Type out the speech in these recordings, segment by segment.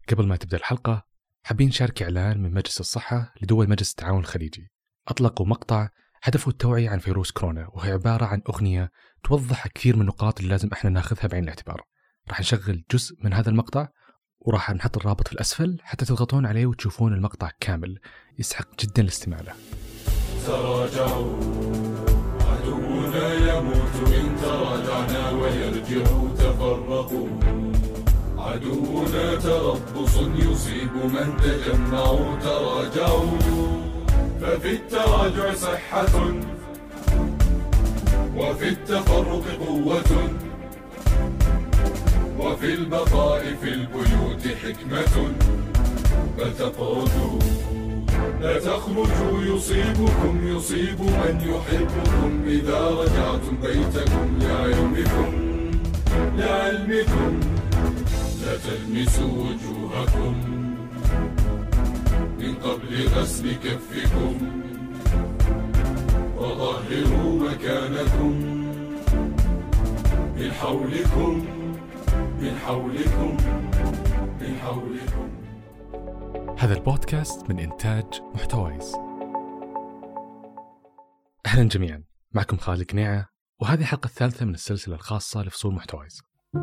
قبل ما تبدأ الحلقة حابين نشارك إعلان من مجلس الصحة لدول مجلس التعاون الخليجي. أطلقوا مقطع هدفه التوعية عن فيروس كورونا، وهي عبارة عن أغنية توضح كثير من النقاط اللي لازم إحنا ناخذها بعين الاعتبار. راح نشغل جزء من هذا المقطع وراح نحط الرابط في الأسفل حتى تضغطون عليه وتشوفون المقطع كامل، يسحق جدا الاستماع له. تراجعوا عدونا يموت إن تراجعنا ويرجعوا تفرقوا، عدونا تربص يصيب من تجمعوا تراجعوا، ففي التراجع صحة وفي التفرق قوة وفي البقاء في البيوت حكمة، فتقعدوا لا تخرجوا يصيب من يحبكم إذا رجعتم بيتكم لعلمكم لا تلمسوا وجوهكم من قبل غسل كفكم، وطهروا مكانكم من حولكم. هذا البودكاست من إنتاج محتوايز. أهلا جميعا، معكم خالد قنيعة، وهذه الحلقة الثالثة من السلسلة الخاصة لفصول محتوايز.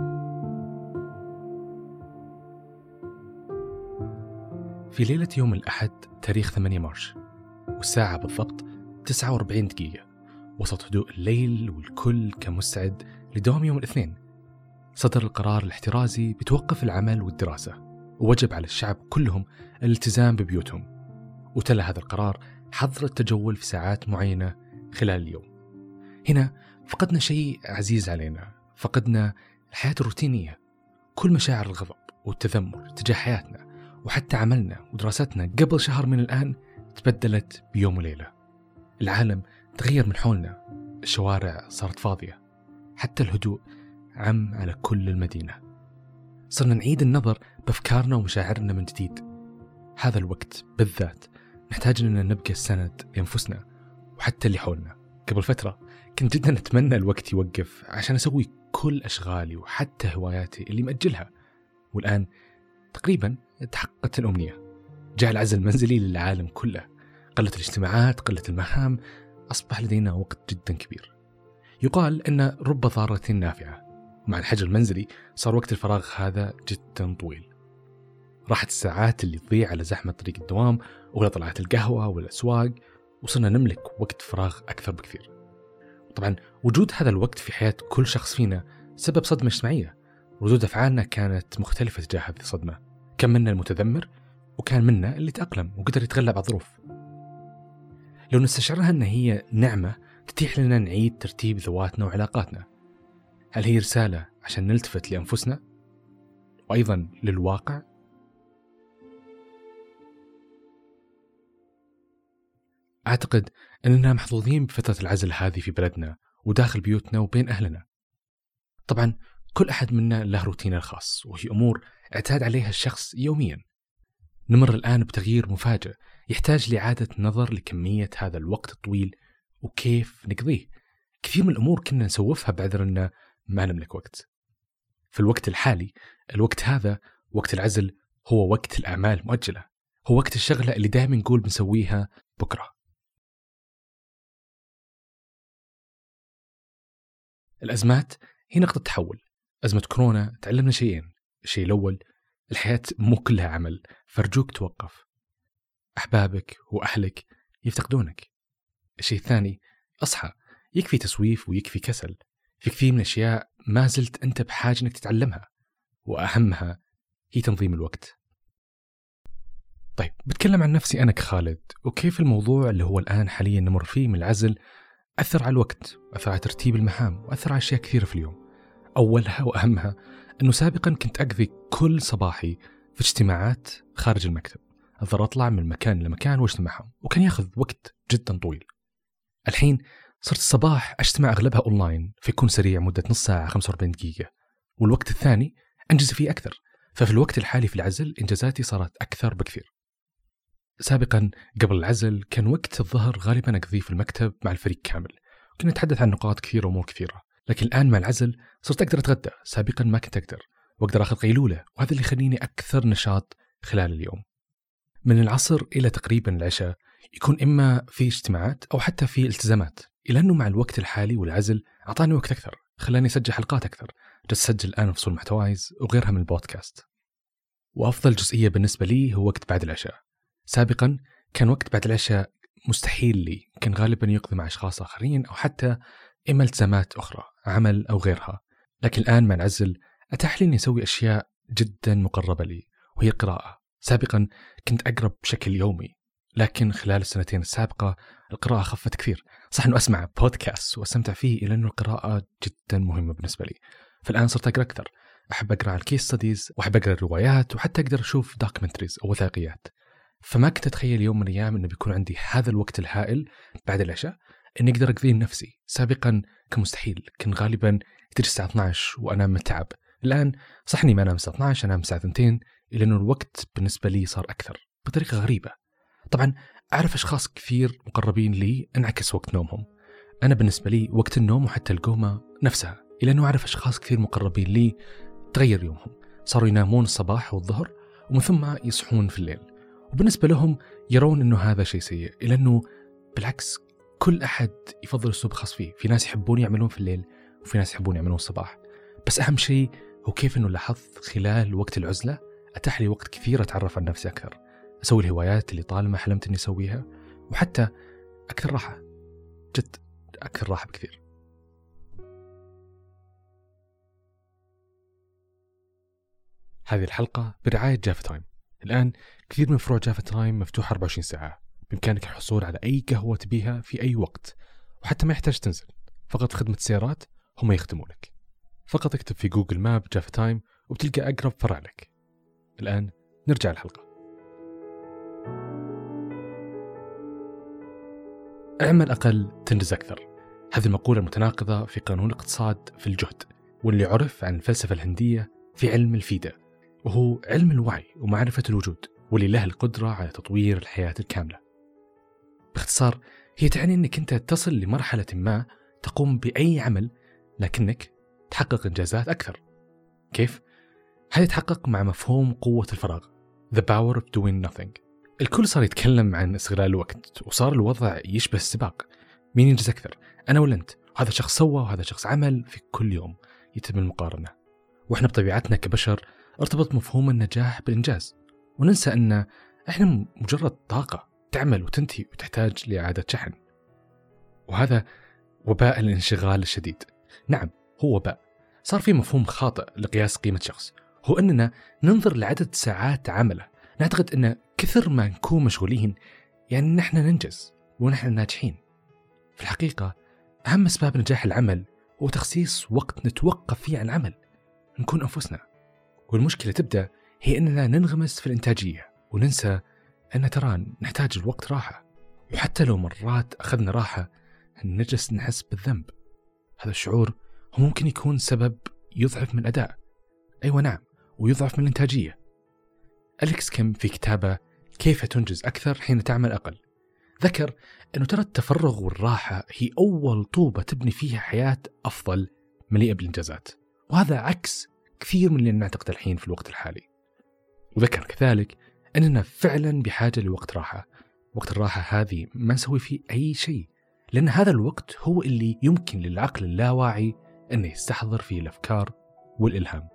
في ليلة يوم الأحد تاريخ 8 مارس والساعة بالضبط 49 دقيقة، وسط هدوء الليل والكل كان مستعد لدوام يوم الاثنين، صدر القرار الاحترازي بتوقف العمل والدراسة، ووجب على الشعب كلهم الالتزام ببيوتهم. وتلا هذا القرار حظر التجول في ساعات معينة خلال اليوم. هنا فقدنا شيء عزيز علينا، فقدنا الحياة الروتينية. كل مشاعر الغضب والتذمر تجاه حياتنا وحتى عملنا ودراستنا قبل شهر من الآن تبدلت بيوم وليلة. العالم تغير من حولنا، الشوارع صارت فاضية، حتى الهدوء عم على كل المدينة. صرنا نعيد النظر بأفكارنا ومشاعرنا من جديد. هذا الوقت بالذات نحتاج أننا نبقى السند لأنفسنا وحتى اللي حولنا. قبل فترة كنت جدا أتمنى الوقت يوقف عشان أسوي كل أشغالي وحتى هواياتي اللي مأجلها، والآن تقريبا تحققت الأمنية. جاء العزل المنزلي للعالم كله، قلت الاجتماعات، قلت المهام، أصبح لدينا وقت جدا كبير. يقال أن رب ضارة نافعة، ومع الحجر المنزلي صار وقت الفراغ هذا جدا طويل. راحت الساعات اللي تضيع على زحمة طريق الدوام ولا طلعت القهوة والأسواق، وصرنا نملك وقت فراغ أكثر بكثير. طبعا وجود هذا الوقت في حياة كل شخص فينا سبب صدمة اجتماعية. ردود أفعالنا كانت مختلفة تجاه هذه الصدمة. كان منا المتذمر وكان منا اللي تأقلم وقدر يتغلب على الظروف. لو نستشعرها أن هي نعمة تتيح لنا نعيد ترتيب ذواتنا وعلاقاتنا، هل هي رسالة عشان نلتفت لأنفسنا وأيضا للواقع؟ أعتقد أننا محظوظين بفترة العزل هذه في بلدنا وداخل بيوتنا وبين أهلنا. طبعا كل أحد منا له روتين الخاص، وهي أمور اعتاد عليها الشخص يوميا. نمر الآن بتغيير مفاجئ يحتاج لإعادة نظر لكمية هذا الوقت الطويل وكيف نقضيه. كثير من الأمور كنا نسوفها بعذر أننا ما نملك وقت. في الوقت الحالي، الوقت هذا وقت العزل هو وقت الأعمال المؤجلة، هو وقت الشغلة اللي دائما نقول بنسويها بكرة. الأزمات هي نقطة تحول. أزمة كورونا تعلمنا شيئين. الشيء الأول، الحياة مو كلها عمل، فارجوك توقف. أحبابك وأهلك يفتقدونك. الشيء الثاني، أصحى. يكفي تسويف ويكفي كسل. في كثير من الأشياء ما زلت أنت بحاجة أنك تتعلمها، وأهمها هي تنظيم الوقت. طيب، بتكلم عن نفسي أنا كخالد، وكيف الموضوع اللي هو الآن حاليا نمر فيه من العزل أثر على الوقت، أثر على ترتيب المهام، وأثر على أشياء كثيرة في اليوم. أولها وأهمها أنه سابقا كنت أقضي كل صباحي في اجتماعات خارج المكتب، أضطر أطلع من مكان لمكان واجتمعهم، وكان ياخذ وقت جدا طويل. الحين صرت الصباح أجتمع أغلبها أونلاين، فيكون سريع مدة نص ساعة 45 دقيقة، والوقت الثاني أنجز فيه أكثر. ففي الوقت الحالي في العزل إنجازاتي صارت أكثر بكثير. سابقا قبل العزل كان وقت الظهر غالبا أقضيه في المكتب مع الفريق كامل، كنا نتحدث عن نقاط كثيرة وأمور كثيرة. لكن الآن مع العزل صرت أقدر أتغدى، سابقا ما كنت أقدر. وأقدر أخذ قيلولة، وهذا اللي يخليني أكثر نشاط خلال اليوم. من العصر إلى تقريبا العشاء يكون إما في اجتماعات أو حتى في التزامات، إلا أنه مع الوقت الحالي والعزل أعطاني وقت أكثر، خلاني أسجل حلقات أكثر، جالس أسجل الآن فصول محتوايز وغيرها من البودكاست. وأفضل جزئية بالنسبة لي هو وقت بعد العشاء. سابقا كان وقت بعد العشاء مستحيل لي، كان غالبا يقضي مع أشخاص آخرين أو حتى إما التزامات أخرى، عمل أو غيرها. لكن الآن مع العزل أتاح لي أني أسوي أشياء جدا مقربة لي، وهي القراءة. سابقا كنت أقرأ بشكل يومي، لكن خلال السنتين السابقة القراءة خفت كثير. صح أنه أسمع بودكاست وأستمتع فيه، إلا أنه القراءة جدا مهمة بالنسبة لي. فالآن صرت أقرأ أكثر، أحب أقرأ على الكيس ستاديز، وأحب أقرأ الروايات، وحتى أقدر أشوف دوكيومنتريز أو وثائقيات. فما كنت أتخيل يوم من الأيام أنه بيكون عندي هذا الوقت الهائل بعد العشاء أني أقدر أقضيه لنفسي. سابقا كان مستحيل، كان غالبا يجي الساعة 12 وأنا متعب. الآن صح إني ما أنام الساعة 12، أنام الساعة 2، إلا أنه الوقت بالنسبة لي صار أكثر بطريقة غريبة. طبعا أعرف أشخاص كثير مقربين لي انعكس وقت نومهم. أنا بالنسبة لي وقت النوم وحتى القومة نفسها، إلا أنه أعرف أشخاص كثير مقربين لي تغير يومهم، صاروا ينامون الصباح والظهر ومن ثم يصحون في الليل، وبالنسبة لهم يرون أنه هذا شيء سيء، إلا أنه بالعكس كل أحد يفضل أسلوب خاص فيه. في ناس يحبون يعملون في الليل، وفي ناس يحبون يعملون الصباح. بس أهم شيء هو كيف أنه لاحظت خلال وقت العزلة أتاح لي وقت كثير أتعرف عن نفسي أكثر، أسوي الهوايات اللي طالما حلمت أني أسويها، وحتى أكثر راحة، جد أكثر راحة بكثير. هذه الحلقة برعاية جافا تايم. الآن كثير من فروع جافا تايم مفتوحة 24 ساعة، بإمكانك الحصول على أي قهوة تبيها في أي وقت، وحتى ما يحتاج تنزل، فقط خدمة السيارات هم يخدمونك. فقط اكتب في جوجل ماب جافا تايم وبتلقى أقرب فرع لك. الآن نرجع الحلقة. اعمل أقل تنجز أكثر، هذه المقولة المتناقضة في قانون الاقتصاد في الجهد، واللي عرف عن الفلسفة الهندية في علم الفيدة، وهو علم الوعي ومعرفة الوجود، واللي له القدرة على تطوير الحياة الكاملة. باختصار هي تعني أنك أنت تصل لمرحلة ما تقوم بأي عمل لكنك تحقق إنجازات أكثر. كيف؟ هذا يتحقق مع مفهوم قوة الفراغ The power of doing nothing. الكل صار يتكلم عن استغلال الوقت، وصار الوضع يشبه السباق، مين ينجز أكثر، أنا ولا أنت؟ هذا شخص سوى وهذا شخص عمل. في كل يوم يتم المقارنة، وإحنا بطبيعتنا كبشر ارتبط مفهوم النجاح بالإنجاز، وننسى أن إحنا مجرد طاقة تعمل وتنتهي وتحتاج لإعادة شحن. وهذا وباء الانشغال الشديد. نعم هو وباء. صار في مفهوم خاطئ لقياس قيمة شخص، هو أننا ننظر لعدد ساعات عمله، نعتقد أن كثر ما نكون مشغولين يعني نحن ننجز ونحن ناجحين. في الحقيقة أهم أسباب نجاح العمل هو تخصيص وقت نتوقف فيه عن العمل، نكون أنفسنا. والمشكلة تبدأ هي أننا ننغمس في الإنتاجية وننسى أن ترى نحتاج الوقت راحة، وحتى لو مرات أخذنا راحة نجلس نحس بالذنب. هذا الشعور هو ممكن يكون سبب يضعف من الأداء، أيوة نعم، ويضعف من الإنتاجية. أليكس كيم في كتابه كيف تنجز أكثر حين تعمل أقل ذكر أنه ترى التفرغ والراحة هي أول طوبة تبني فيها حياة أفضل مليئة بالإنجازات، وهذا عكس كثير من اللي نعتقد الحين في الوقت الحالي. وذكر كذلك أننا فعلا بحاجة لوقت راحة. وقت الراحة هذه ما نسوي فيه أي شيء، لأن هذا الوقت هو اللي يمكن للعقل اللاواعي أنه يستحضر فيه الأفكار والإلهام.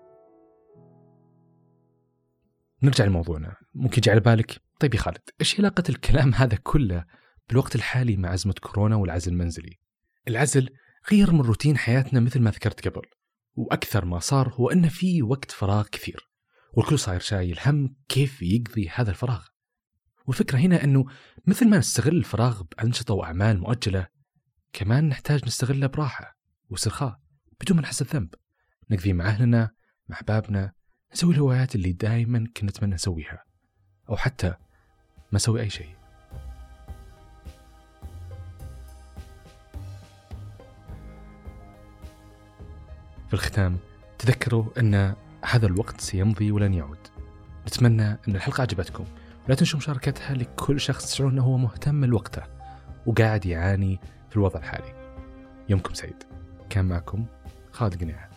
نرجع لموضوعنا. ممكن يجي على بالك طيب يا خالد، إيش علاقة الكلام هذا كله بالوقت الحالي مع أزمة كورونا والعزل المنزلي؟ العزل غير من روتين حياتنا مثل ما ذكرت قبل، وأكثر ما صار هو أن في وقت فراغ كثير، والكل صاير شايل هم كيف يقضي هذا الفراغ. والفكرة هنا أنه مثل ما نستغل الفراغ بأنشطة وأعمال مؤجلة، كمان نحتاج نستغله براحة واسترخاء بدون ما نحس الذنب، نقضي مع أهلنا مع أحبابنا، نسوي الهوايات اللي دائما كنا نتمنى نسويها، أو حتى ما نسوي أي شيء. في الختام تذكروا أن هذا الوقت سيمضي ولن يعود. نتمنى أن الحلقة عجبتكم، ولا تنسوا مشاركتها لكل شخص تشعرون أنه هو مهتم لوقته وقاعد يعاني في الوضع الحالي. يومكم سعيد. كان معكم خالد قنيع.